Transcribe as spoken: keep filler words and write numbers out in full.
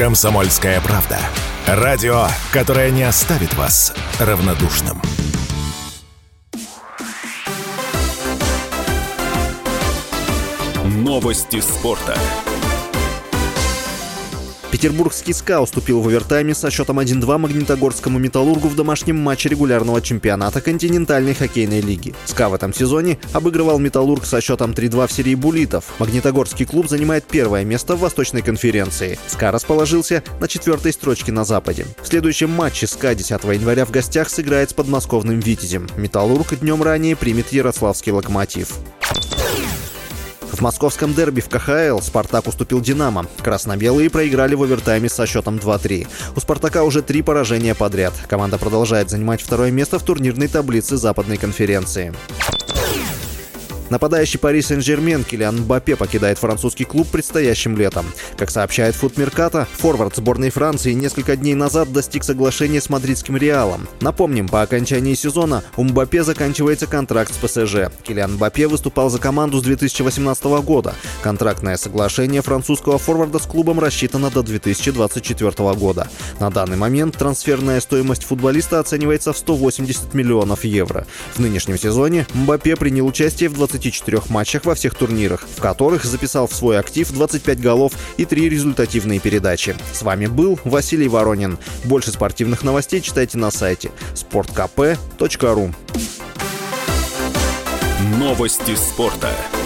«Комсомольская правда». Радио, которое не оставит вас равнодушным. Новости спорта. Петербургский СКА уступил в овертайме со счетом один-два Магнитогорскому «Металлургу» в домашнем матче регулярного чемпионата континентальной хоккейной лиги. СКА в этом сезоне обыгрывал «Металлург» со счетом три-два в серии буллитов. Магнитогорский клуб занимает первое место в Восточной конференции. СКА расположился на четвертой строчке на Западе. В следующем матче СКА десятого января в гостях сыграет с подмосковным «Витязем». «Металлург» днем ранее примет ярославский «Локомотив». В московском дерби в ка ха эл «Спартак» уступил «Динамо». Красно-белые проиграли в овертайме со счетом два-три. У «Спартака» уже три поражения подряд. Команда продолжает занимать второе место в турнирной таблице Западной конференции. Нападающий Пари Сен-Жермен Килиан Мбаппе покидает французский клуб предстоящим летом. Как сообщает Футмеркато, форвард сборной Франции несколько дней назад достиг соглашения с мадридским «Реалом». Напомним, по окончании сезона у Мбаппе заканчивается контракт с пэ эс жэ. Килиан Мбаппе выступал за команду с две тысячи восемнадцатого года. Контрактное соглашение французского форварда с клубом рассчитано до две тысячи двадцать четвёртого года. На данный момент трансферная стоимость футболиста оценивается в сто восемьдесят миллионов евро. В нынешнем сезоне Мбаппе принял участие в двадцати четырёх матчах во всех турнирах, в которых записал в свой актив двадцать пять голов и три результативные передачи. С вами был Василий Воронин. Больше спортивных новостей читайте на сайте спорт ка пэ точка ру. Новости спорта.